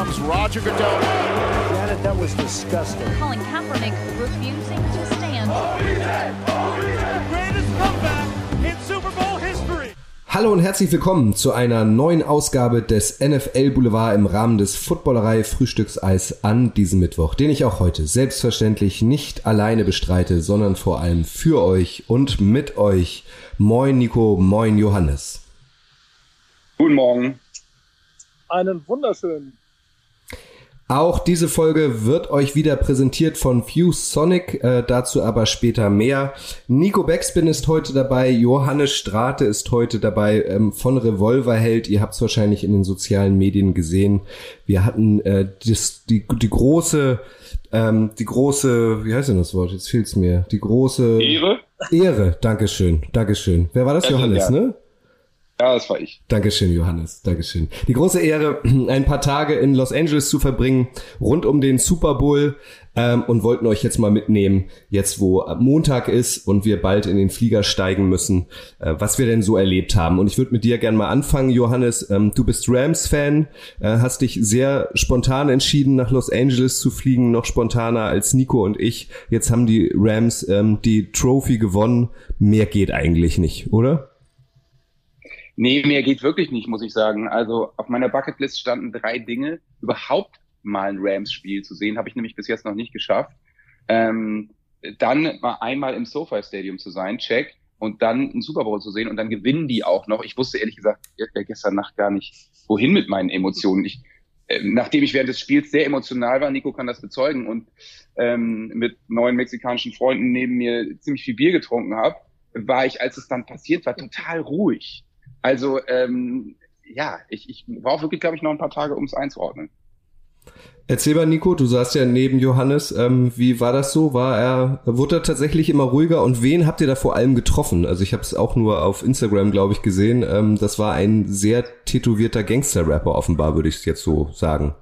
comes Roger Goodell. Janet, that was disgusting. Colin Kaepernick refusing to stand. Greatest comeback in Super Bowl history. Hallo und herzlich willkommen zu einer neuen Ausgabe des NFL Boulevard im Rahmen des Footballerei Frühstückseis an diesem Mittwoch, den ich auch heute selbstverständlich nicht alleine bestreite, sondern vor allem für euch und mit euch. Moin Nico, moin Johannes. Guten Morgen. Einen wunderschönen. Auch diese Folge wird euch wieder präsentiert von Fuse Sonic, dazu aber später mehr. Nico Backspin ist heute dabei, Johannes Strate ist heute dabei von Revolverheld. Ihr habt es wahrscheinlich in den sozialen Medien gesehen. Wir hatten die große, wie heißt denn das Wort? Jetzt fehlt's mir. Die große Ehre. Dankeschön. Wer war das? Johannes, ne? Ja, das war ich. Dankeschön, Johannes. Dankeschön. Die große Ehre, ein paar Tage in Los Angeles zu verbringen, rund um den Super Bowl, und wollten euch jetzt mal mitnehmen, jetzt wo Montag ist und wir bald in den Flieger steigen müssen, was wir denn so erlebt haben. Und ich würde mit dir gerne mal anfangen, Johannes. Du bist Rams-Fan, hast dich sehr spontan entschieden, nach Los Angeles zu fliegen, noch spontaner als Nico und ich. Jetzt haben die Rams die Trophy gewonnen. Mehr geht eigentlich nicht, oder? Nee, mehr geht wirklich nicht, muss ich sagen. Also auf meiner Bucketlist standen 3 Dinge. Überhaupt mal ein Rams-Spiel zu sehen, habe ich nämlich bis jetzt noch nicht geschafft. Dann mal einmal im SoFi Stadium zu sein, check. Und dann einen Super Bowl zu sehen und dann gewinnen die auch noch. Ich wusste ehrlich gesagt gestern Nacht gar nicht, wohin mit meinen Emotionen. Nachdem ich während des Spiels sehr emotional war, Nico kann das bezeugen, und mit 9 mexikanischen Freunden neben mir ziemlich viel Bier getrunken habe, war ich, als es dann passiert war, total ruhig. Also, ich brauche wirklich, glaube ich, noch ein paar Tage, um es einzuordnen. Erzähl mal, Nico, du saßt ja neben Johannes. Wie war das so? Wurde er tatsächlich immer ruhiger? Und wen habt ihr da vor allem getroffen? Also ich habe es auch nur auf Instagram, glaube ich, gesehen. Das war ein sehr tätowierter Gangster-Rapper offenbar, würde ich jetzt so sagen.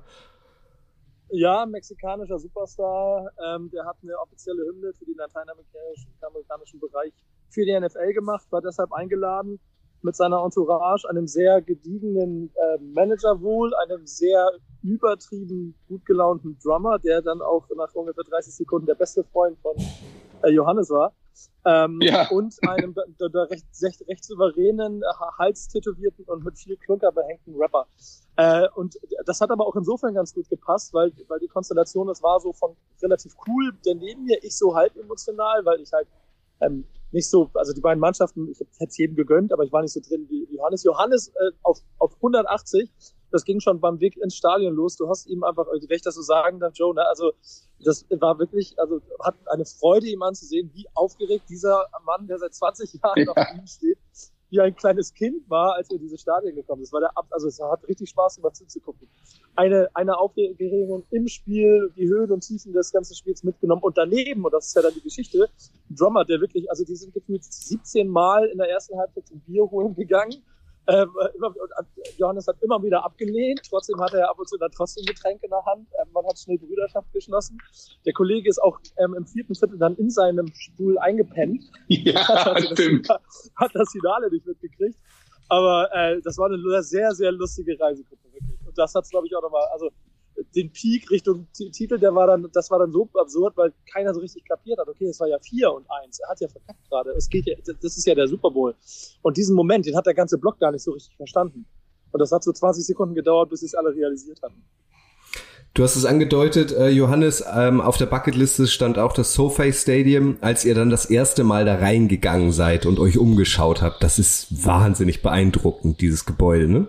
Ja, mexikanischer Superstar. Der hat eine offizielle Hymne für den lateinamerikanischen Bereich für die NFL gemacht, war deshalb eingeladen mit seiner Entourage, einem sehr gediegenen Manager wohl, einem sehr übertrieben gut gelaunten Drummer, der dann auch nach ungefähr 30 Sekunden der beste Freund von Johannes war. Und einem recht souveränen, halstätowierten und mit viel Klunker behängten Rapper. Und das hat aber auch insofern ganz gut gepasst, weil die Konstellation, das war so von relativ cool, der neben mir, ich so halb emotional, weil ich halt nicht so, also die beiden Mannschaften, ich hätte es jedem gegönnt, aber ich war nicht so drin wie Johannes. Johannes auf 180, das ging schon beim Weg ins Stadion los. Du hast ihm einfach, wenn ich das so sagen darf, Joe, ne, also das war wirklich, also hat eine Freude, ihm anzusehen, wie aufgeregt dieser Mann, der seit 20 Jahren auf ihm steht, wie ein kleines Kind war, als er in diese Stadion gekommen ist. Es hat richtig Spaß gemacht zuzugucken. Eine Aufregung im Spiel, die Höhen und Tiefen des ganzen Spiels mitgenommen, und daneben, und das ist ja dann die Geschichte, ein Drummer, der wirklich, also die sind gefühlt 17 Mal in der ersten Halbzeit zum Bier holen gegangen. Johannes hat immer wieder abgelehnt, trotzdem hatte er ab und zu dann trotzdem Getränke in der Hand. Man hat schnell Brüderschaft geschlossen. Der Kollege ist auch im 4. Viertel dann in seinem Stuhl eingepennt. Ja, stimmt. Hat das Finale nicht mitgekriegt. Aber das war eine sehr, sehr lustige Reisegruppe, wirklich. Und das hat's, glaube ich, auch nochmal, also den Peak Richtung Titel, das war dann so absurd, weil keiner so richtig kapiert hat. Okay, es war ja 4-1. Er hat ja verkackt gerade. Das ist ja der Super Bowl. Und diesen Moment, den hat der ganze Block gar nicht so richtig verstanden. Und das hat so 20 Sekunden gedauert, bis sie es alle realisiert hatten. Du hast es angedeutet, Johannes, auf der Bucketliste stand auch das SoFi Stadium, als ihr dann das erste Mal da reingegangen seid und euch umgeschaut habt. Das ist wahnsinnig beeindruckend, dieses Gebäude, ne?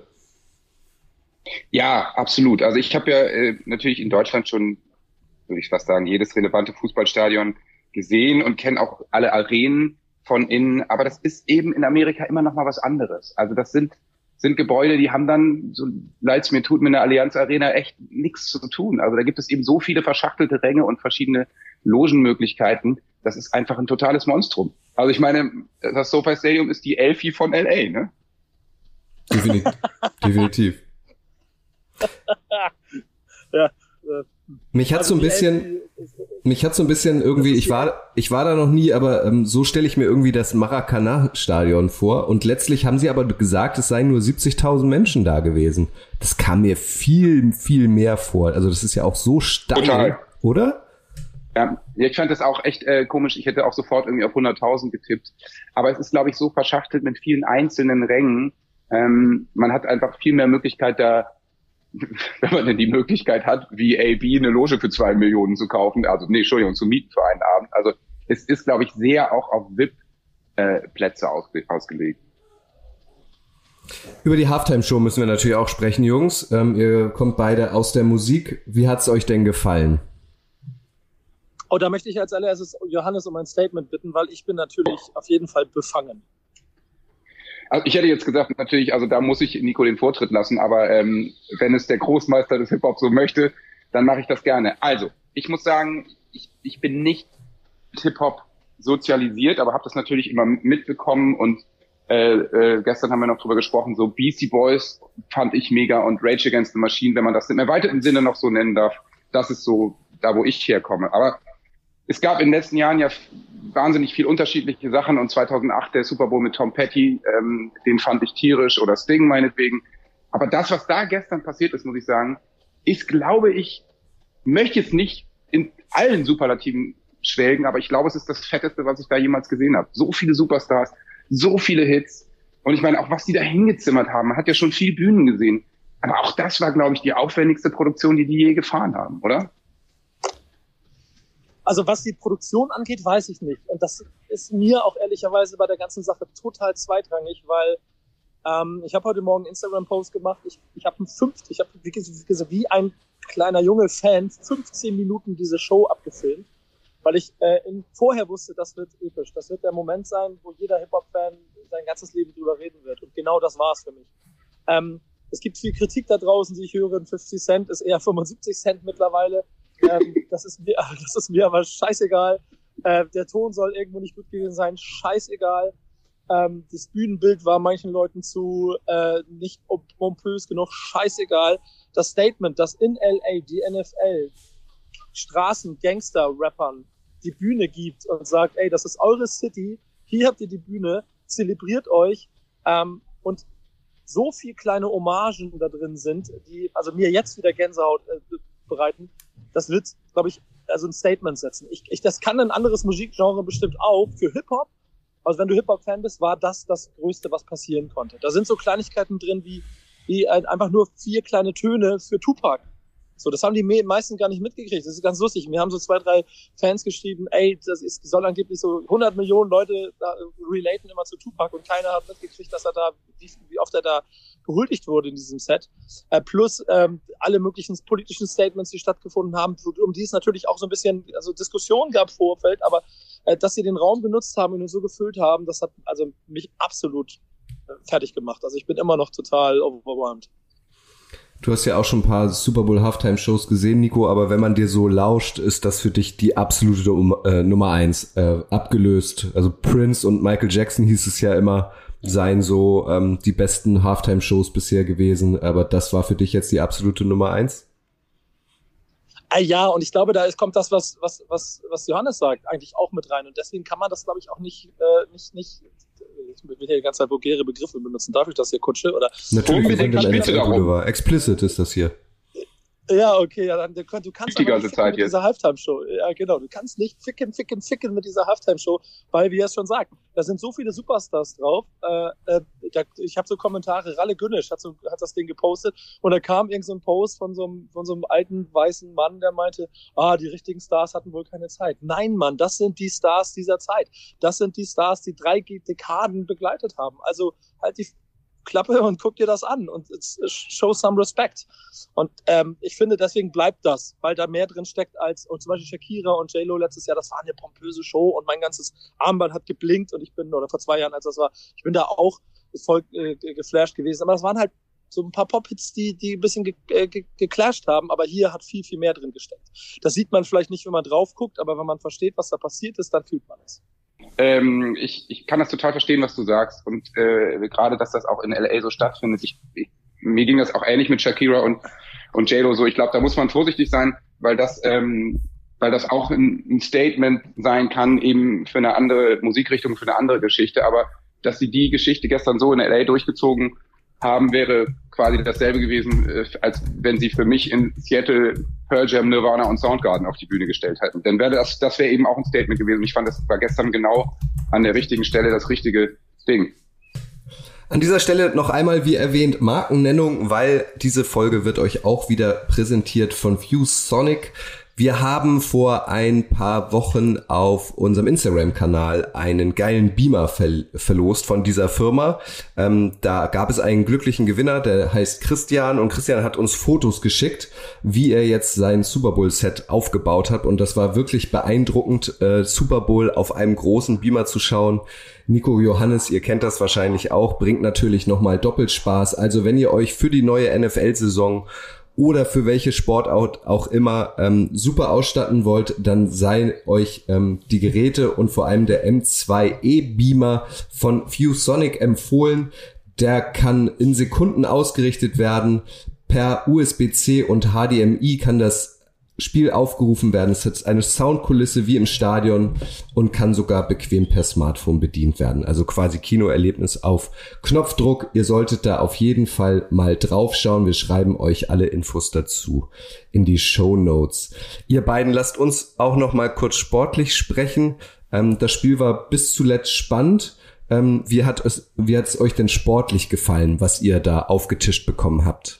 Ja, absolut. Also ich habe ja natürlich in Deutschland schon, würde ich fast sagen, jedes relevante Fußballstadion gesehen und kenne auch alle Arenen von innen. Aber das ist eben in Amerika immer noch mal was anderes. Also das sind Gebäude, die haben dann, so leid es mir tut, mit einer Allianz Arena echt nichts zu tun. Also da gibt es eben so viele verschachtelte Ränge und verschiedene Logenmöglichkeiten. Das ist einfach ein totales Monstrum. Also ich meine, das SoFi Stadium ist die Elfi von LA, ne? Definitiv. Ja. Mich hat also so ein bisschen... Mich hat so ein bisschen irgendwie, ich war da noch nie, aber so stelle ich mir irgendwie das Maracanã-Stadion vor. Und letztlich haben sie aber gesagt, es seien nur 70.000 Menschen da gewesen. Das kam mir viel, viel mehr vor. Also das ist ja auch so steil, Total. Oder? Ja, ich fand das auch echt komisch. Ich hätte auch sofort irgendwie auf 100.000 getippt. Aber es ist, glaube ich, so verschachtelt mit vielen einzelnen Rängen. Man hat einfach viel mehr Möglichkeit da, wenn man denn die Möglichkeit hat, wie AB eine Loge für 2 Millionen zu kaufen, zu mieten für einen Abend. Also es ist, glaube ich, sehr auch auf VIP-Plätze ausgelegt. Über die Halftime-Show müssen wir natürlich auch sprechen, Jungs. Ihr kommt beide aus der Musik. Wie hat's euch denn gefallen? Oh, da möchte ich als allererstes Johannes um ein Statement bitten, weil ich bin natürlich auf jeden Fall befangen. Also ich hätte jetzt gesagt, natürlich, also da muss ich Nico den Vortritt lassen, aber wenn es der Großmeister des Hip-Hop so möchte, dann mache ich das gerne. Also, ich muss sagen, ich bin nicht mit Hip-Hop sozialisiert, aber habe das natürlich immer mitbekommen und gestern haben wir noch drüber gesprochen, so Beastie Boys fand ich mega und Rage Against the Machine, wenn man das im erweiterten Sinne noch so nennen darf, das ist so da, wo ich herkomme. Aber es gab in den letzten Jahren ja wahnsinnig viel unterschiedliche Sachen und 2008 der Super Bowl mit Tom Petty, den fand ich tierisch oder Sting meinetwegen. Aber das, was da gestern passiert ist, muss ich sagen, ist, glaube ich, möchte jetzt nicht in allen Superlativen schwelgen, aber ich glaube, es ist das Fetteste, was ich da jemals gesehen habe. So viele Superstars, so viele Hits und ich meine auch, was die da hingezimmert haben. Man hat ja schon viel Bühnen gesehen, aber auch das war, glaube ich, die aufwendigste Produktion, die je gefahren haben, oder? Also was die Produktion angeht, weiß ich nicht. Und das ist mir auch ehrlicherweise bei der ganzen Sache total zweitrangig, weil ich habe heute Morgen einen Instagram-Post gemacht. Ich habe wie ein kleiner Junge Fan 15 Minuten diese Show abgefilmt, weil ich vorher wusste, das wird episch. Das wird der Moment sein, wo jeder Hip-Hop-Fan sein ganzes Leben drüber reden wird. Und genau das war es für mich. Es gibt viel Kritik da draußen, die ich höre. 50 Cent ist eher 75 Cent mittlerweile. Das ist mir aber scheißegal. Der Ton soll irgendwo nicht gut gewesen sein, scheißegal. Das Bühnenbild war manchen Leuten zu nicht pompös genug, scheißegal. Das Statement, dass in LA die NFL Straßen-Gangster-Rappern die Bühne gibt und sagt, ey, das ist eure City, hier habt ihr die Bühne, zelebriert euch und so viel kleine Hommagen da drin sind, die also mir jetzt wieder Gänsehaut bereiten. Das wird, glaube ich, also ein Statement setzen. Das kann ein anderes Musikgenre bestimmt auch für Hip-Hop. Also wenn du Hip-Hop-Fan bist, war das Größte, was passieren konnte. Da sind so Kleinigkeiten drin wie einfach nur 4 kleine Töne für Tupac. So, das haben die meisten gar nicht mitgekriegt. Das ist ganz lustig. Mir haben so 2, 3 Fans geschrieben, ey, soll angeblich so 100 Millionen Leute da relaten immer zu Tupac und keiner hat mitgekriegt, dass er da, wie oft er da gehuldigt wurde in diesem Set. Plus alle möglichen politischen Statements, die stattgefunden haben, um die es natürlich auch so ein bisschen Diskussion gab im Vorfeld, aber dass sie den Raum genutzt haben und ihn so gefüllt haben, das hat also mich absolut fertig gemacht. Also ich bin immer noch total overwhelmed. Du hast ja auch schon ein paar Super Bowl Halftime-Shows gesehen, Nico, aber wenn man dir so lauscht, ist das für dich die absolute Nummer 1 abgelöst. Also Prince und Michael Jackson hieß es ja immer, seien so die besten Halftime-Shows bisher gewesen, aber das war für dich jetzt die absolute Nummer 1? Ja, und ich glaube, da kommt das, was Johannes sagt, eigentlich auch mit rein. Und deswegen kann man das, glaube ich, auch nicht ich will hier die ganze Zeit vulgäre Begriffe benutzen. Darf ich das hier, Kutsche? Oder? Natürlich, wir sind im NSA-Boulevard. Explicit ist das hier. Ja, okay, ja, dann, du kannst die ganze Zeit mit dieser Halftime-Show. Ja, genau, du kannst nicht ficken mit dieser Halftime-Show, weil, wie er es schon sagt, da sind so viele Superstars drauf. Ich habe so Kommentare, Ralle Günnisch hat das Ding gepostet und da kam irgend so ein Post von so einem alten weißen Mann, der meinte, die richtigen Stars hatten wohl keine Zeit. Nein, Mann, das sind die Stars dieser Zeit. Das sind die Stars, die 3 Dekaden begleitet haben. Also halt die Klappe und guck dir das an und show some respect. Und ich finde, deswegen bleibt das, weil da mehr drin steckt als und zum Beispiel Shakira und J-Lo letztes Jahr, das war eine pompöse Show und mein ganzes Armband hat geblinkt und oder vor 2 Jahren, als das war, ich bin da auch voll geflasht gewesen. Aber das waren halt so ein paar Pop-Hits, die ein bisschen geclasht haben, aber hier hat viel, viel mehr drin gesteckt. Das sieht man vielleicht nicht, wenn man drauf guckt, aber wenn man versteht, was da passiert ist, dann fühlt man es. Ich kann das total verstehen, was du sagst und gerade, dass das auch in LA so stattfindet. Mir ging das auch ähnlich mit Shakira und J-Lo so. Ich glaube, da muss man vorsichtig sein, weil das weil das auch ein Statement sein kann, eben für eine andere Musikrichtung, für eine andere Geschichte. Aber dass sie die Geschichte gestern so in LA durchgezogen haben, wäre quasi dasselbe gewesen, als wenn sie für mich in Seattle Pearl Jam, Nirvana und Soundgarden auf die Bühne gestellt hätten. Dann wäre das wäre eben auch ein Statement gewesen. Ich fand, das war gestern genau an der richtigen Stelle das richtige Ding. An dieser Stelle noch einmal, wie erwähnt, Markennennung, weil diese Folge wird euch auch wieder präsentiert von ViewSonic. Wir haben vor ein paar Wochen auf unserem Instagram-Kanal einen geilen Beamer verlost von dieser Firma. Da gab es einen glücklichen Gewinner, der heißt Christian, und Christian hat uns Fotos geschickt, wie er jetzt sein Super Bowl-Set aufgebaut hat, und das war wirklich beeindruckend, Super Bowl auf einem großen Beamer zu schauen. Nico Johannes, ihr kennt das wahrscheinlich auch, bringt natürlich nochmal doppelt Spaß. Also wenn ihr euch für die neue NFL-Saison oder für welche Sportart auch immer super ausstatten wollt, dann seien euch die Geräte und vor allem der M2E Beamer von ViewSonic empfohlen. Der kann in Sekunden ausgerichtet werden. Per USB-C und HDMI kann das Spiel aufgerufen werden. Es hat eine Soundkulisse wie im Stadion und kann sogar bequem per Smartphone bedient werden. Also quasi Kinoerlebnis auf Knopfdruck. Ihr solltet da auf jeden Fall mal draufschauen. Wir schreiben euch alle Infos dazu in die Shownotes. Ihr beiden, lasst uns auch noch mal kurz sportlich sprechen. Das Spiel war bis zuletzt spannend. Wie hat es euch denn sportlich gefallen, was ihr da aufgetischt bekommen habt?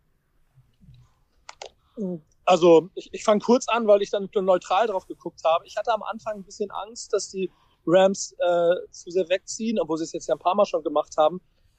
Also ich fange kurz an, weil ich dann neutral drauf geguckt habe. Ich hatte am Anfang ein bisschen Angst, dass die Rams zu sehr wegziehen, obwohl sie es jetzt ja ein paar Mal schon gemacht haben.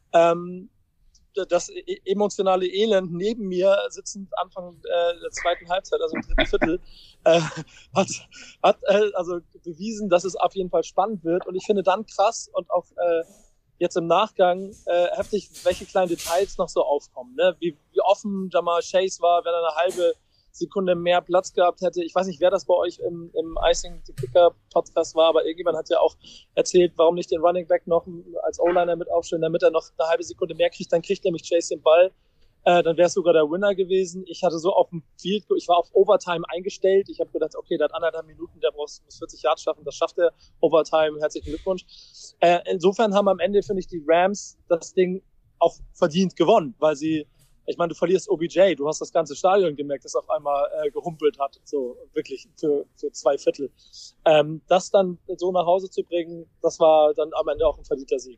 Das emotionale Elend neben mir sitzend Anfang der zweiten Halbzeit, also im dritten Viertel, hat also bewiesen, dass es auf jeden Fall spannend wird. Und ich finde dann krass und auch jetzt im Nachgang heftig, welche kleinen Details noch so aufkommen. Ne? Wie offen Ja'Marr Chase war, wenn er eine halbe Sekunde mehr Platz gehabt hätte. Ich weiß nicht, wer das bei euch im Icing the Kicker Podcast war, aber irgendjemand hat ja auch erzählt, warum nicht den Running Back noch als O-Liner mit aufstellen, damit er noch eine halbe Sekunde mehr kriegt. Dann kriegt nämlich Chase den Ball. Dann wäre es sogar der Winner gewesen. Ich hatte so auf dem Field, ich war auf Overtime eingestellt. Ich habe gedacht, okay, der hat 1,5 Minuten, der muss 40 Yards schaffen. Das schafft er. Overtime, herzlichen Glückwunsch. Insofern haben am Ende, finde ich, die Rams das Ding auch verdient gewonnen, weil sie, ich meine, du verlierst OBJ, du hast das ganze Stadion gemerkt, das auf einmal gehumpelt hat, so wirklich für 2 Viertel. Das dann so nach Hause zu bringen, das war dann am Ende auch ein verdienter Sieg.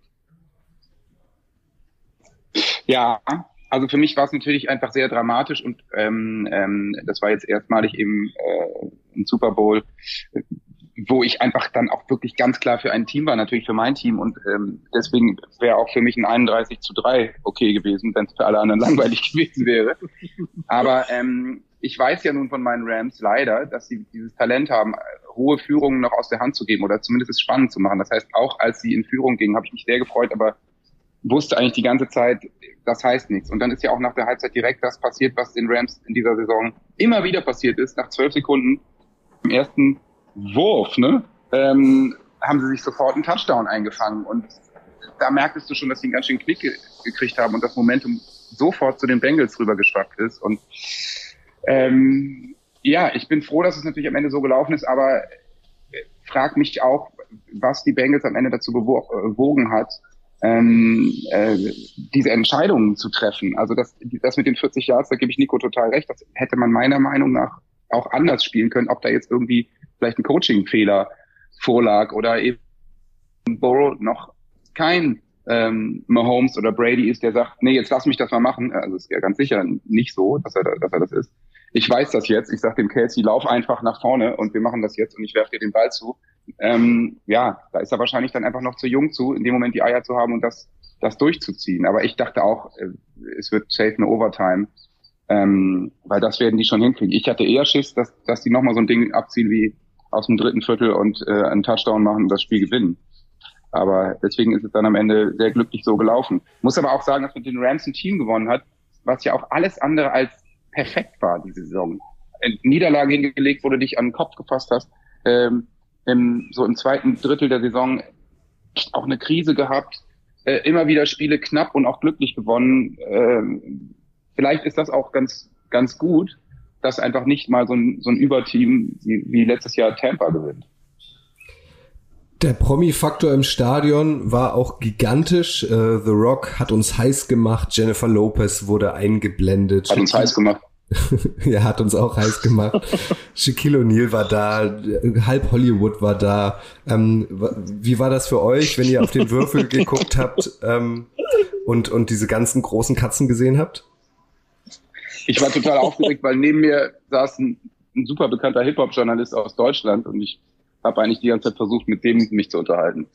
Ja, also für mich war es natürlich einfach sehr dramatisch und das war jetzt erstmalig eben im Super Bowl, wo ich einfach dann auch wirklich ganz klar für ein Team war, natürlich für mein Team, und deswegen wäre auch für mich ein 31-3 okay gewesen, wenn es für alle anderen langweilig gewesen wäre. Aber ich weiß ja nun von meinen Rams leider, dass sie dieses Talent haben, hohe Führungen noch aus der Hand zu geben oder zumindest es spannend zu machen. Das heißt, auch als sie in Führung gingen, habe ich mich sehr gefreut, aber wusste eigentlich die ganze Zeit, das heißt nichts. Und dann ist ja auch nach der Halbzeit direkt das passiert, was den Rams in dieser Saison immer wieder passiert ist. Nach 12 Sekunden im ersten Wurf, haben sie sich sofort einen Touchdown eingefangen, und da merktest du schon, dass sie einen ganz schönen Knick gekriegt haben und das Momentum sofort zu den Bengals rübergeschwappt ist. Und ja, ich bin froh, dass es natürlich am Ende so gelaufen ist, aber frag mich auch, was die Bengals am Ende dazu bewogen hat, diese Entscheidungen zu treffen. Also das mit den 40 Yards, da gebe ich Nico total recht, das hätte man meiner Meinung nach auch anders spielen können, ob da jetzt irgendwie vielleicht ein Coaching-Fehler vorlag oder eben Burrow noch kein Mahomes oder Brady ist, der sagt, nee, jetzt lass mich das mal machen. Also ist ja ganz sicher nicht so, dass er das ist. Ich weiß das jetzt. Ich sag dem Kelsey, lauf einfach nach vorne und wir machen das jetzt und ich werfe dir den Ball zu. Ja, da ist er wahrscheinlich dann einfach noch zu jung zu, in dem Moment die Eier zu haben und das durchzuziehen. Aber ich dachte auch, es wird safe eine Overtime. Weil das werden die schon hinkriegen. Ich hatte eher Schiss, dass die nochmal so ein Ding abziehen wie aus dem dritten Viertel und einen Touchdown machen und das Spiel gewinnen. Aber deswegen ist es dann am Ende sehr glücklich so gelaufen. Muss aber auch sagen, dass mit den Rams ein Team gewonnen hat, was ja auch alles andere als perfekt war diese Saison. Niederlage hingelegt, wo du dich an den Kopf gefasst hast. So im zweiten Drittel der Saison auch eine Krise gehabt. Immer wieder Spiele knapp und auch glücklich gewonnen. Vielleicht ist das auch ganz, ganz gut, dass einfach nicht mal so ein Überteam wie letztes Jahr Tampa gewinnt. Der Promi-Faktor im Stadion war auch gigantisch. The Rock hat uns heiß gemacht. Jennifer Lopez wurde eingeblendet. Hat uns heiß gemacht. Ja, hat uns auch heiß gemacht. Shaquille O'Neal war da, halb Hollywood war da. Wie war das für euch, wenn ihr auf den Würfel geguckt habt und diese ganzen großen Katzen gesehen habt? Ich war total aufgeregt, weil neben mir saß ein super bekannter Hip-Hop-Journalist aus Deutschland und ich habe eigentlich die ganze Zeit versucht, mit dem mich zu unterhalten.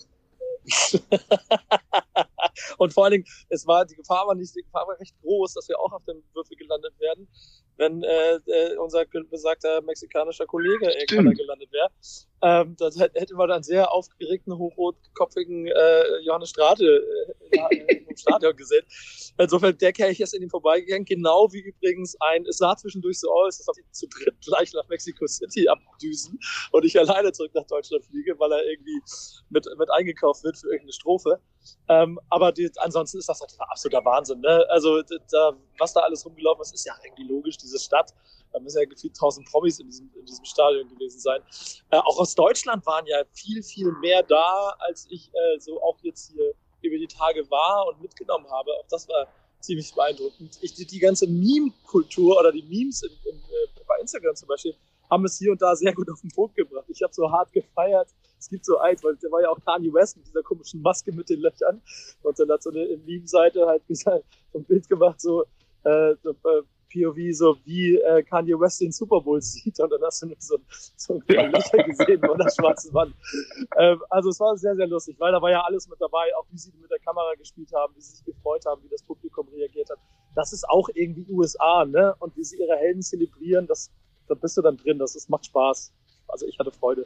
Und vor allen Dingen, die Gefahr war recht groß, dass wir auch auf dem Würfel gelandet werden, wenn unser besagter mexikanischer Kollege irgendwann gelandet wäre. Das hätte man dann sehr aufgeregten, hochrotkopfigen Johannes Strate im Stadion gesehen. Insofern, der Kerl ist an ihm vorbeigegangen, genau wie übrigens es sah zwischendurch so aus, als ob die zu dritt gleich nach Mexico City abdüsen und ich alleine zurück nach Deutschland fliege, weil er irgendwie mit eingekauft wird für irgendeine Strophe. Aber ansonsten ist das natürlich absoluter Wahnsinn, ne? Also was da alles rumgelaufen ist ja irgendwie logisch, diese Stadt. Da müssen ja gefühlt 1000 Promis in diesem Stadion gewesen sein. Auch aus Deutschland waren ja viel, viel mehr da, als ich so auch jetzt hier über die Tage war und mitgenommen habe. Auch das war ziemlich beeindruckend. Die ganze Meme-Kultur oder die Memes bei Instagram zum Beispiel haben es hier und da sehr gut auf den Punkt gebracht. Ich habe so hart gefeiert. Es gibt so eins, weil der war ja auch Kanye West mit dieser komischen Maske mit den Löchern. Und dann hat so eine Meme-Seite halt gesagt, so ein Bild gemacht, so POV, so wie Kanye West den Super Bowl sieht. Und dann hast du nur so ein paar Löcher gesehen von der schwarzen Wand. Also es war sehr, sehr lustig, weil da war ja alles mit dabei, auch wie sie mit der Kamera gespielt haben, wie sie sich gefreut haben, wie das Publikum reagiert hat. Das ist auch irgendwie USA, ne? Und wie sie ihre Helden zelebrieren, da bist du dann drin, macht Spaß. Also ich hatte Freude.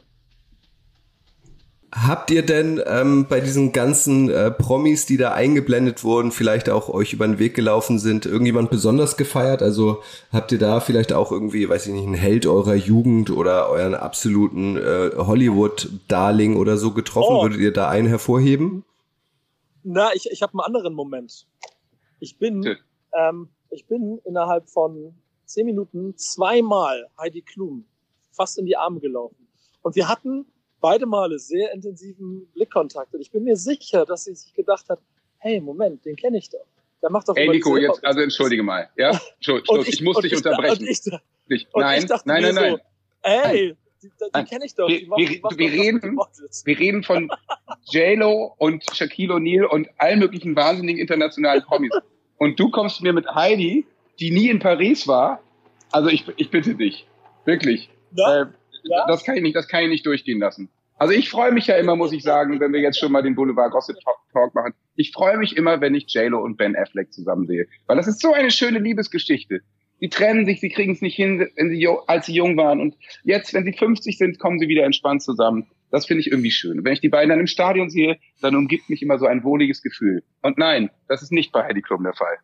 Habt ihr denn bei diesen ganzen Promis, die da eingeblendet wurden, vielleicht auch euch über den Weg gelaufen sind, irgendjemand besonders gefeiert? Also habt ihr da vielleicht auch irgendwie, weiß ich nicht, einen Held eurer Jugend oder euren absoluten Hollywood-Darling oder so getroffen? Würdet ihr da einen hervorheben? Na, ich habe einen anderen Moment. Ich bin innerhalb von 10 Minuten 2-mal Heidi Klum fast in die Arme gelaufen. Und wir hatten beide Male sehr intensiven Blickkontakt. Und ich bin mir sicher, dass sie sich gedacht hat, hey, Moment, den kenne ich doch. Der macht doch Ey, Nico, jetzt, also entschuldige mal. Ja? Ich muss dich unterbrechen. Nein. Ey, die kenne ich doch. Wir reden von J-Lo und Shaquille O'Neal und allen möglichen wahnsinnigen internationalen Promis. Und du kommst mir mit Heidi, die nie in Paris war. Also ich bitte dich. Wirklich. Ja? Das kann ich nicht durchgehen lassen. Also ich freue mich ja immer, muss ich sagen, wenn wir jetzt schon mal den Boulevard Gossip Talk machen. Ich freue mich immer, wenn ich J-Lo und Ben Affleck zusammen sehe. Weil das ist so eine schöne Liebesgeschichte. Die trennen sich, sie kriegen es nicht hin, als sie jung waren. Und jetzt, wenn sie 50 sind, kommen sie wieder entspannt zusammen. Das finde ich irgendwie schön. Und wenn ich die beiden dann im Stadion sehe, dann umgibt mich immer so ein wohliges Gefühl. Und nein, das ist nicht bei Heidi Klum der Fall.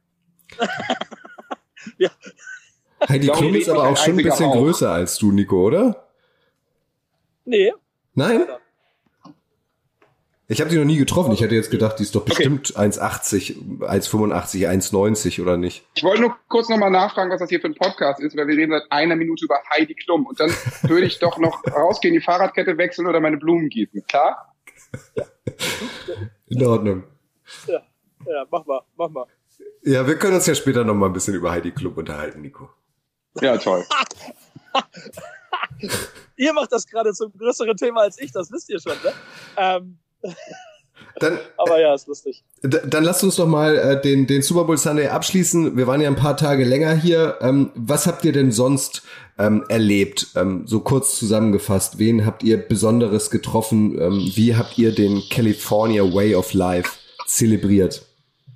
Ja. Heidi Klum ist aber auch schon ein bisschen größer als du, Nico, oder? Nee. Nein? Ich habe die noch nie getroffen. Ich hätte jetzt gedacht, die ist doch bestimmt 1,80, 1,85, 1,90 oder nicht. Ich wollte nur kurz nochmal nachfragen, was das hier für ein Podcast ist, weil wir reden seit einer Minute über Heidi Klum. Und dann würde ich doch noch rausgehen, die Fahrradkette wechseln oder meine Blumen gießen. Klar? Ja. In Ordnung. Ja, mach mal. Ja, wir können uns ja später nochmal ein bisschen über Heidi Klum unterhalten, Nico. Ja, toll. Ihr macht das gerade zum größeren Thema als ich, das wisst ihr schon, ne? Aber ja, ist lustig. Dann lasst uns doch mal den Super Bowl Sunday abschließen. Wir waren ja ein paar Tage länger hier. Was habt ihr denn sonst erlebt? So kurz zusammengefasst. Wen habt ihr Besonderes getroffen? Wie habt ihr den California Way of Life zelebriert?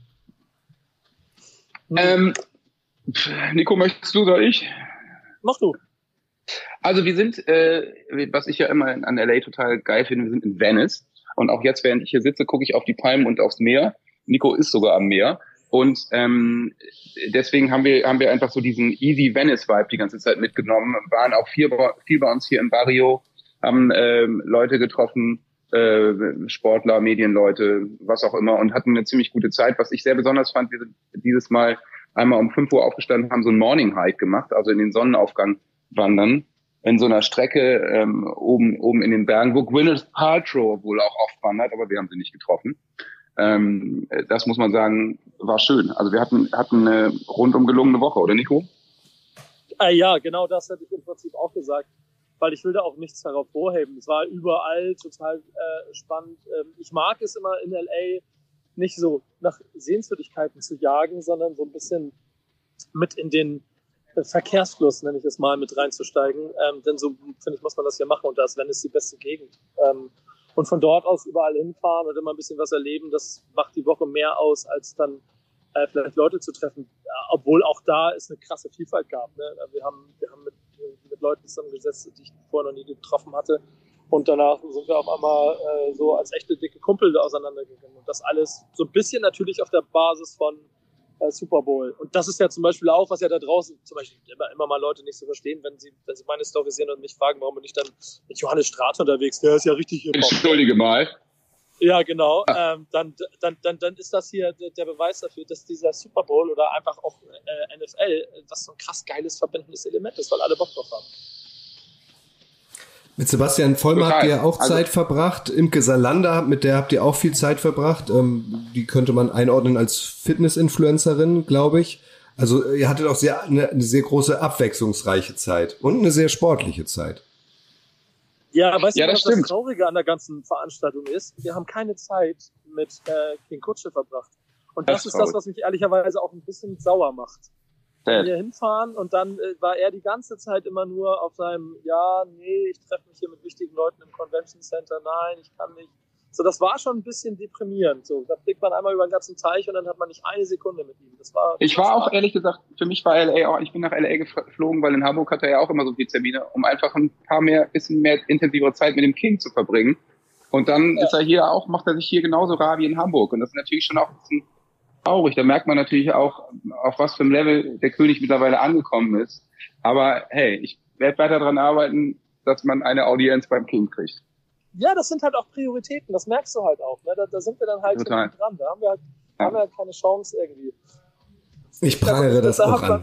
Nico, möchtest du oder ich? Mach du. Also wir sind, was ich ja immer an LA total geil finde, wir sind in Venice. Und auch jetzt, während ich hier sitze, gucke ich auf die Palmen und aufs Meer. Nico ist sogar am Meer. Und deswegen haben wir einfach so diesen Easy Venice-Vibe die ganze Zeit mitgenommen. Waren auch viel bei uns hier im Barrio, haben Leute getroffen, Sportler, Medienleute, was auch immer, und hatten eine ziemlich gute Zeit. Was ich sehr besonders fand, wir sind dieses Mal einmal um 5 Uhr aufgestanden, haben so einen Morning Hike gemacht, also in den Sonnenaufgang wandern, in so einer Strecke oben in den Bergen, wo Gwyneth Paltrow wohl auch oft wandert, aber wir haben sie nicht getroffen. Das muss man sagen, war schön. Also wir hatten eine rundum gelungene Woche, oder Nico? Ja, genau das hätte ich im Prinzip auch gesagt, weil ich will da auch nichts hervorheben. Es war überall total spannend. Ich mag es immer in LA nicht so nach Sehenswürdigkeiten zu jagen, sondern so ein bisschen mit in den Verkehrsfluss, nenne ich es mal, mit reinzusteigen. Denn so, finde ich, muss man das hier machen und da ist Venice die beste Gegend. Und von dort aus überall hinfahren und immer ein bisschen was erleben, das macht die Woche mehr aus, als dann vielleicht Leute zu treffen. Obwohl auch da es eine krasse Vielfalt gab. Ne? Wir haben mit Leuten zusammengesetzt, die ich vorher noch nie getroffen hatte. Und danach sind wir auf einmal so als echte dicke Kumpel auseinandergegangen. Und das alles so ein bisschen natürlich auf der Basis von Super Bowl. Und das ist ja zum Beispiel auch, was ja da draußen zum Beispiel immer mal Leute nicht so verstehen, wenn sie meine Story sehen und mich fragen, warum bin ich dann mit Johannes Straat unterwegs? Der ist ja richtig Hip-Hop. Entschuldige mal. Ja, genau. Dann ist das hier der Beweis dafür, dass dieser Super Bowl oder einfach auch NFL, was so ein krass geiles verbindendes Element ist, weil alle Bock drauf haben. Mit Sebastian Vollmer habt ihr auch Zeit verbracht. Imke Salander, mit der habt ihr auch viel Zeit verbracht. Die könnte man einordnen als Fitness-Influencerin, glaube ich. Also ihr hattet auch eine sehr große abwechslungsreiche Zeit und eine sehr sportliche Zeit. Ja, weißt du, was das stimmt. Traurige an der ganzen Veranstaltung ist? Wir haben keine Zeit mit King Kutsche verbracht. Und das ist das, was mich ehrlicherweise auch ein bisschen sauer macht. Wenn wir hinfahren und dann war er die ganze Zeit immer nur auf seinem, ich treffe mich hier mit wichtigen Leuten im Convention Center, nein, ich kann nicht. So, das war schon ein bisschen deprimierend. So, da blickt man einmal über den ganzen Teich und dann hat man nicht eine Sekunde mit ihm. Ich war auch, ehrlich gesagt, für mich war LA auch, ich bin nach LA geflogen, weil in Hamburg hat er ja auch immer so viele Termine, um einfach ein bisschen mehr intensivere Zeit mit dem King zu verbringen. Und dann ist er hier auch, macht er sich hier genauso rar wie in Hamburg. Und das ist natürlich schon auch ein bisschen traurig. Da merkt man natürlich auch, auf was für einem Level der König mittlerweile angekommen ist. Aber hey, ich werde weiter daran arbeiten, dass man eine Audienz beim King kriegt. Ja, das sind halt auch Prioritäten, das merkst du halt auch. Ne? Da sind wir dann halt dran. Da haben wir halt keine Chance irgendwie. Ich prangere das auch an.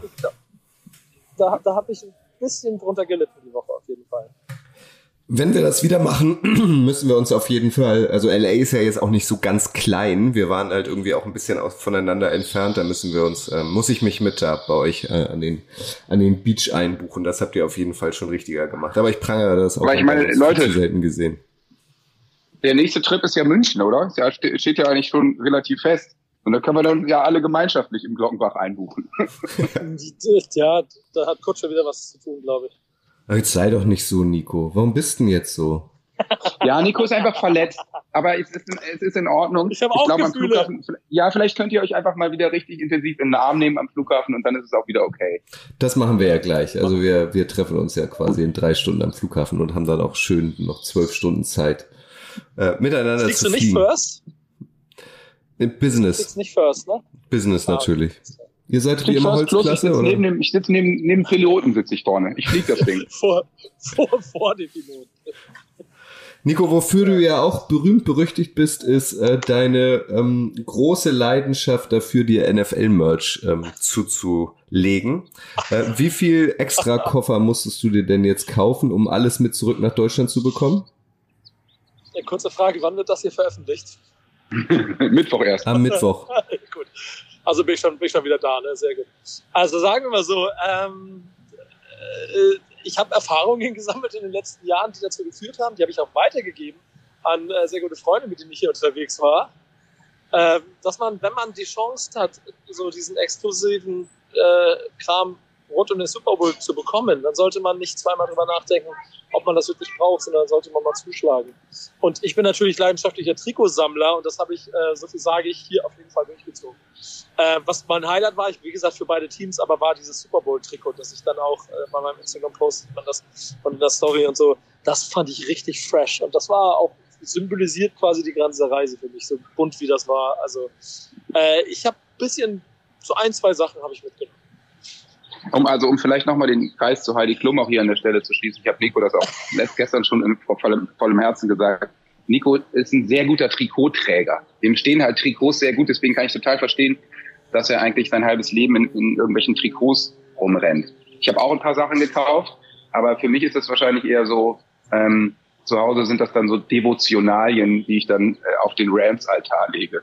Da habe ich ein bisschen drunter gelitten die Woche auf jeden Fall. Wenn wir das wieder machen, müssen wir uns auf jeden Fall, also LA ist ja jetzt auch nicht so ganz klein, wir waren halt irgendwie auch ein bisschen voneinander entfernt, da muss ich mich mit bei euch an den Beach einbuchen, das habt ihr auf jeden Fall schon richtiger gemacht, aber ich prangere das auch an, aber ich meine, Leute, zu selten gesehen. Der nächste Trip ist ja München, oder? Steht ja eigentlich schon relativ fest. Und da können wir dann ja alle gemeinschaftlich im Glockenbach einbuchen. Ja, da hat Kutscher wieder was zu tun, glaube ich. Jetzt sei doch nicht so, Nico. Warum bist du denn jetzt so? Ja, Nico ist einfach verletzt. Aber es ist in Ordnung. Ich glaube, am Flughafen, ja, vielleicht könnt ihr euch einfach mal wieder richtig intensiv in den Arm nehmen am Flughafen und dann ist es auch wieder okay. Das machen wir ja gleich. Also wir treffen uns ja quasi in 3 Stunden am Flughafen und haben dann auch schön noch 12 Stunden Zeit, miteinander Fliegst zu du fliegen. nicht first? Business. Fliegst nicht first, ne? Business natürlich. Ihr seid wie immer Holzklasse, oder? Ich sitze neben Piloten sitze ich vorne. Ich fliege das Ding. vor den Piloten. Nico, wofür du ja auch berühmt-berüchtigt bist, ist deine große Leidenschaft dafür, dir NFL-Merch zuzulegen. Wie viel extra Koffer musstest du dir denn jetzt kaufen, um alles mit zurück nach Deutschland zu bekommen? Eine kurze Frage, wann wird das hier veröffentlicht? Mittwoch erst. Am Mittwoch. Gut. Also bin ich schon wieder da, ne? Sehr gut. Also sagen wir mal so, ich habe Erfahrungen gesammelt in den letzten Jahren, die dazu geführt haben. Die habe ich auch weitergegeben an sehr gute Freunde, mit denen ich hier unterwegs war. Dass man, wenn man die Chance hat, so diesen exklusiven Kram rund um den Super Bowl zu bekommen, dann sollte man nicht zweimal drüber nachdenken, ob man das wirklich braucht, sondern sollte man mal zuschlagen. Und ich bin natürlich leidenschaftlicher Trikotsammler und das habe ich, so viel sage ich, hier auf jeden Fall durchgezogen. Was mein Highlight war, wie gesagt, für beide Teams, aber war dieses Super Bowl-Trikot, das ich dann auch bei meinem Instagram-Post von der Story und so, das fand ich richtig fresh und das war auch, symbolisiert quasi die ganze Reise für mich, so bunt wie das war. Also ich habe ein bisschen, so 1-2 Sachen habe ich mitgenommen. Um vielleicht nochmal den Kreis zu Heidi Klum auch hier an der Stelle zu schließen. Ich habe Nico das auch gestern schon vor vollem Herzen gesagt. Nico ist ein sehr guter Trikotträger. Dem stehen halt Trikots sehr gut, deswegen kann ich total verstehen, dass er eigentlich sein halbes Leben in irgendwelchen Trikots rumrennt. Ich habe auch ein paar Sachen gekauft, aber für mich ist es wahrscheinlich eher so, zu Hause sind das dann so Devotionalien, die ich dann auf den Rams-Altar lege.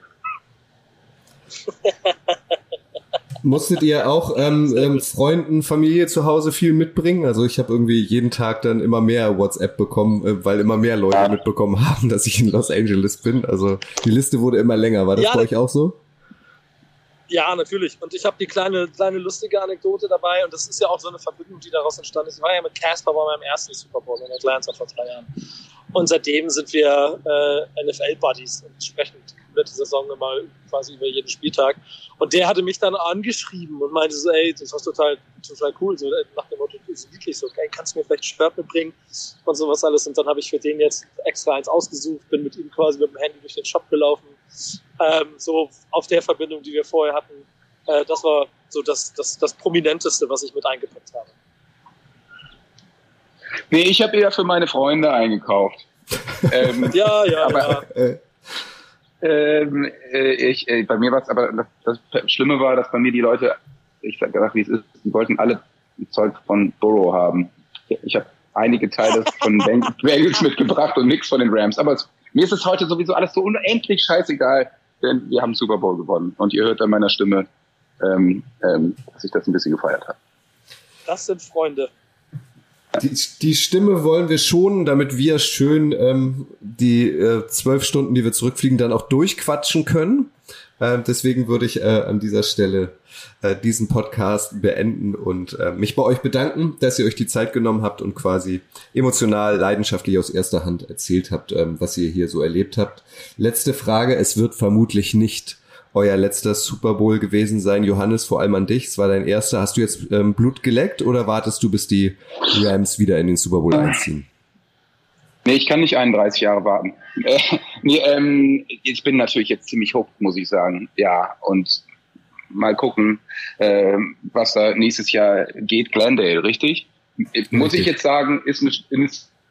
Musstet ihr auch Freunden, Familie zu Hause viel mitbringen? Also ich habe irgendwie jeden Tag dann immer mehr WhatsApp bekommen, weil immer mehr Leute mitbekommen haben, dass ich in Los Angeles bin. Also die Liste wurde immer länger. War das bei euch auch so? Ja, natürlich. Und ich habe die kleine lustige Anekdote dabei. Und das ist ja auch so eine Verbindung, die daraus entstanden ist. Ich war ja mit Casper bei meinem ersten Super Bowl in Atlanta vor 3 Jahren. Und seitdem sind wir NFL-Buddies und sprechen die komplette Saison immer quasi über jeden Spieltag. Und der hatte mich dann angeschrieben und meinte so, ey, das ist total cool. So nach dem Motto, so wirklich so, ey, kannst du mir vielleicht ein Shirt mitbringen und sowas alles. Und dann habe ich für den jetzt extra eins ausgesucht, bin mit ihm quasi mit dem Handy durch den Shop gelaufen. So auf der Verbindung, die wir vorher hatten. Das war so das Prominenteste, was ich mit eingepackt habe. Nee, ich habe eher für meine Freunde eingekauft. Aber, bei mir war es aber, das Schlimme war, dass bei mir die Leute, ich sag gesagt, wie es ist, die wollten alle Zeug von Burrow haben. Ich habe einige Teile von Bengals mitgebracht und nichts von den Rams. Aber mir ist es heute sowieso alles so unendlich scheißegal, denn wir haben Super Bowl gewonnen. Und ihr hört an meiner Stimme, dass ich das ein bisschen gefeiert habe. Das sind Freunde. Die Stimme wollen wir schonen, damit wir schön die 12 Stunden, die wir zurückfliegen, dann auch durchquatschen können. Deswegen würde ich an dieser Stelle diesen Podcast beenden und mich bei euch bedanken, dass ihr euch die Zeit genommen habt und quasi emotional, leidenschaftlich aus erster Hand erzählt habt, was ihr hier so erlebt habt. Letzte Frage, es wird vermutlich nicht euer letzter Super Bowl gewesen sein. Johannes, vor allem an dich, es war dein erster. Hast du jetzt Blut geleckt oder wartest du, bis die Rams wieder in den Super Bowl einziehen? Nee, ich kann nicht 31 Jahre warten. Ich bin natürlich jetzt ziemlich hooked, muss ich sagen. Ja, und mal gucken, was da nächstes Jahr geht. Glendale, richtig? Muss ich jetzt sagen, ist eine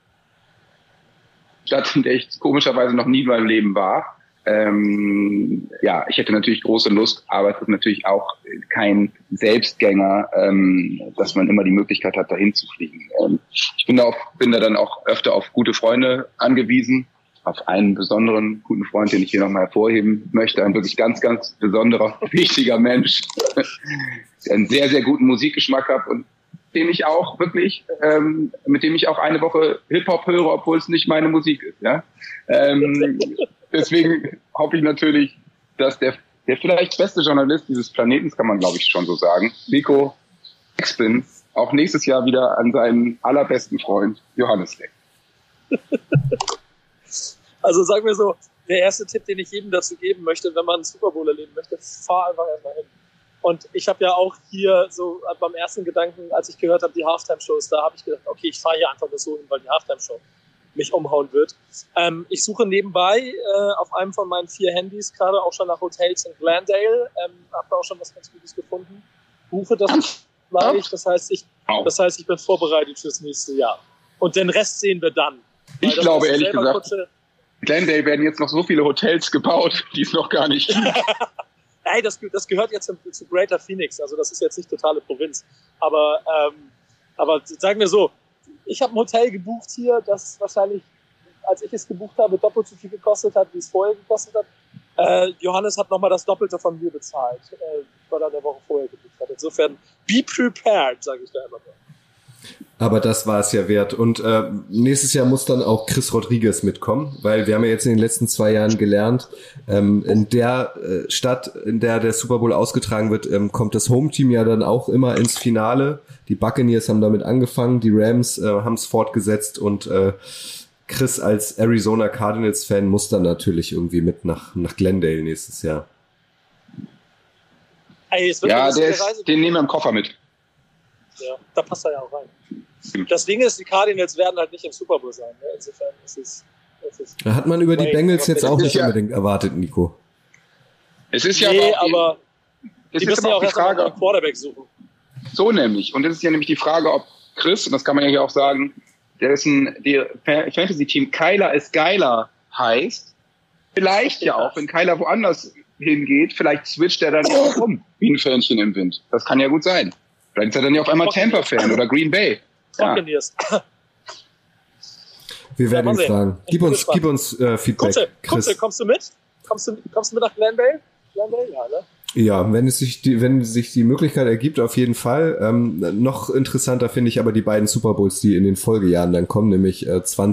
Stadt, in der ich komischerweise noch nie in meinem Leben war. Ja, ich hätte natürlich große Lust, aber es ist natürlich auch kein Selbstgänger, dass man immer die Möglichkeit hat, dahin zu fliegen. Ich bin da dann auch öfter auf gute Freunde angewiesen, auf einen besonderen guten Freund, den ich hier nochmal hervorheben möchte, ein wirklich ganz, ganz besonderer, wichtiger Mensch, der einen sehr, sehr guten Musikgeschmack hat und mit dem ich auch wirklich, mit dem ich auch eine Woche Hip-Hop höre, obwohl es nicht meine Musik ist, ja. Deswegen hoffe ich natürlich, dass der vielleicht beste Journalist dieses Planetens, kann man glaube ich schon so sagen, Nico Backspin, auch nächstes Jahr wieder an seinen allerbesten Freund Johannes denkt. Also sagen wir so, der erste Tipp, den ich jedem dazu geben möchte, wenn man einen Super Bowl erleben möchte, fahr einfach erstmal hin. Und ich habe ja auch hier so beim ersten Gedanken, als ich gehört habe, die Halftime-Shows, da habe ich gedacht, okay, ich fahre hier einfach nur so hin, weil die Halftime-Show mich umhauen wird. Ich suche nebenbei auf einem von meinen 4 Handys gerade auch schon nach Hotels in Glendale. Habe da auch schon was ganz Gutes gefunden. Buche das gleich. Das heißt, ich bin vorbereitet fürs nächste Jahr. Und den Rest sehen wir dann. Ich glaube ehrlich gesagt, Glendale werden jetzt noch so viele Hotels gebaut, die es noch gar nicht gibt. Ey, das gehört jetzt zu Greater Phoenix. Also das ist jetzt nicht totale Provinz. Aber sagen wir so, ich habe ein Hotel gebucht hier, das wahrscheinlich, als ich es gebucht habe, doppelt so viel gekostet hat, wie es vorher gekostet hat. Johannes hat nochmal das Doppelte von mir bezahlt, weil er eine Woche vorher gebucht hat. Insofern, be prepared, sage ich da immer noch. Aber das war es ja wert. Und nächstes Jahr muss dann auch Chris Rodriguez mitkommen, weil wir haben ja jetzt in den letzten 2 Jahren gelernt, in der Stadt, in der der Super Bowl ausgetragen wird, kommt das Home-Team ja dann auch immer ins Finale. Die Buccaneers haben damit angefangen, die Rams haben es fortgesetzt und Chris als Arizona Cardinals-Fan muss dann natürlich irgendwie mit nach Glendale nächstes Jahr. Ey, ja, den nehmen wir im Koffer mit. Ja, da passt er ja auch rein. Das Ding ist, die Cardinals werden halt nicht im Super Bowl sein. Ne? Insofern ist es da hat man über die Bengals jetzt auch nicht unbedingt erwartet, Nico. Es ist ja aber die müssen ja auch erst mal einen Quarterback suchen. So nämlich. Und es ist ja nämlich die Frage, ob Chris, und das kann man ja hier auch sagen, dessen Fantasy-Team Kyler ist geiler heißt, vielleicht ja auch, wenn Kyler woanders hingeht, vielleicht switcht er dann auch um, wie ein Fähnchen im Wind. Das kann ja gut sein. Vielleicht ist er dann ja auf einmal Tampa-Fan oder Green Bay. Ja. Wir werden ihn fragen. Gib uns Feedback, Chris. Kumpel, kommst du mit? Kommst du mit nach Glendale? Glendale, ja, ne? Ja, wenn sich die Möglichkeit ergibt, auf jeden Fall. Noch interessanter finde ich aber die beiden Super Bowls, die in den Folgejahren dann kommen, nämlich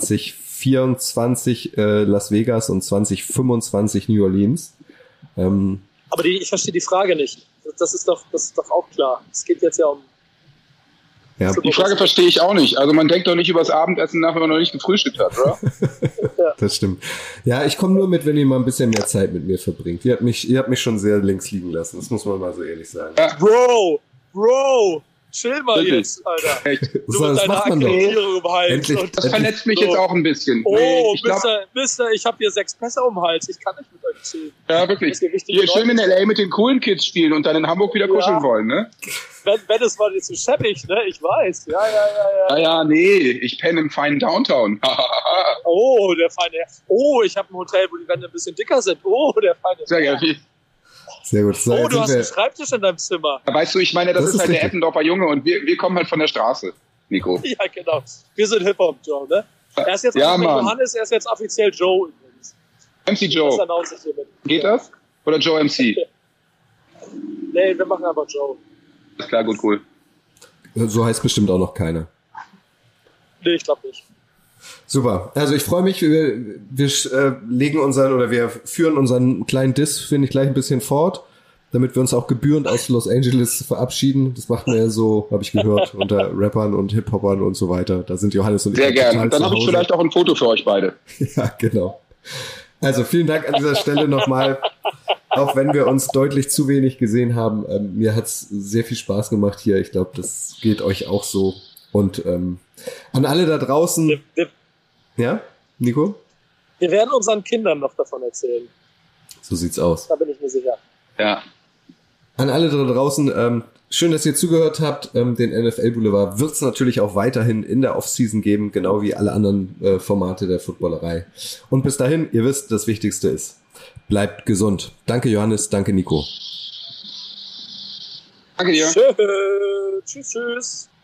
2024 Las Vegas und 2025 New Orleans. Aber ich verstehe die Frage nicht. Das ist doch auch klar. Es geht jetzt ja um... Ja. Die Frage verstehe ich auch nicht. Also man denkt doch nicht über das Abendessen nach, wenn man noch nicht gefrühstückt hat, oder? Ja. Das stimmt. Ja, ich komme nur mit, wenn ihr mal ein bisschen mehr Zeit mit mir verbringt. Ihr habt mich schon sehr links liegen lassen. Das muss man mal so ehrlich sagen. Ja. Bro, chill mal Wirklich? jetzt, Alter. Echt? Das macht man doch. Endlich. Das verletzt mich jetzt auch ein bisschen. Oh, ich glaub, Mister, ich habe hier 6 Pässe um den Hals. Ich kann nicht mit euch chillen. ja, wirklich. Hier schön in L.A. mit den coolen Kids spielen und dann in Hamburg wieder kuscheln wollen, ne? Wenn es mal zu scheppig, ne? Ich weiß. Ja. Ja, nee, ich penne im feinen Downtown. Oh, der feine Herr. Oh, ich habe ein Hotel, wo die Wände ein bisschen dicker sind. Oh, der feine Sehr Herr. gerne. Sehr gut. So, Oh, du hast einen Schreibtisch in deinem Zimmer. Weißt du, ich meine, das ist halt richtig. der Eppendorfer Junge und wir kommen halt von der Straße, Nico. Ja, genau. Wir sind Hip-Hop, Joe, ne? Er ist jetzt Ja, nicht mehr Mann. Johannes, er ist jetzt offiziell Joe übrigens. MC Das Joe. announce ich hiermit. Geht das? Oder Joe MC? Nee, wir machen einfach Joe. Ist klar, gut, cool. So heißt bestimmt auch noch keiner. Nee, ich glaube nicht. Super. Also ich freue mich, wir führen unseren kleinen Diss, finde ich, gleich ein bisschen fort, damit wir uns auch gebührend aus Los Angeles verabschieden. Das macht man ja so, habe ich gehört, unter Rappern und Hip-Hopern und so weiter. Da sind Johannes und Sehr ich gerne. total Und dann zu habe ich Hause. vielleicht auch ein Foto für euch beide. Ja, genau. Also vielen Dank an dieser Stelle nochmal. Auch wenn wir uns deutlich zu wenig gesehen haben, mir hat's sehr viel Spaß gemacht hier. Ich glaube, das geht euch auch so. Und an alle da draußen. Ja, Nico? Wir werden unseren Kindern noch davon erzählen. So sieht's aus. Da bin ich mir sicher. Ja. An alle da draußen, schön, dass ihr zugehört habt. Den NFL Boulevard wird's natürlich auch weiterhin in der Offseason geben, genau wie alle anderen Formate der Footballerei. Und bis dahin, ihr wisst, das Wichtigste ist, bleibt gesund. Danke Johannes, danke Nico. Danke dir. Tschüss.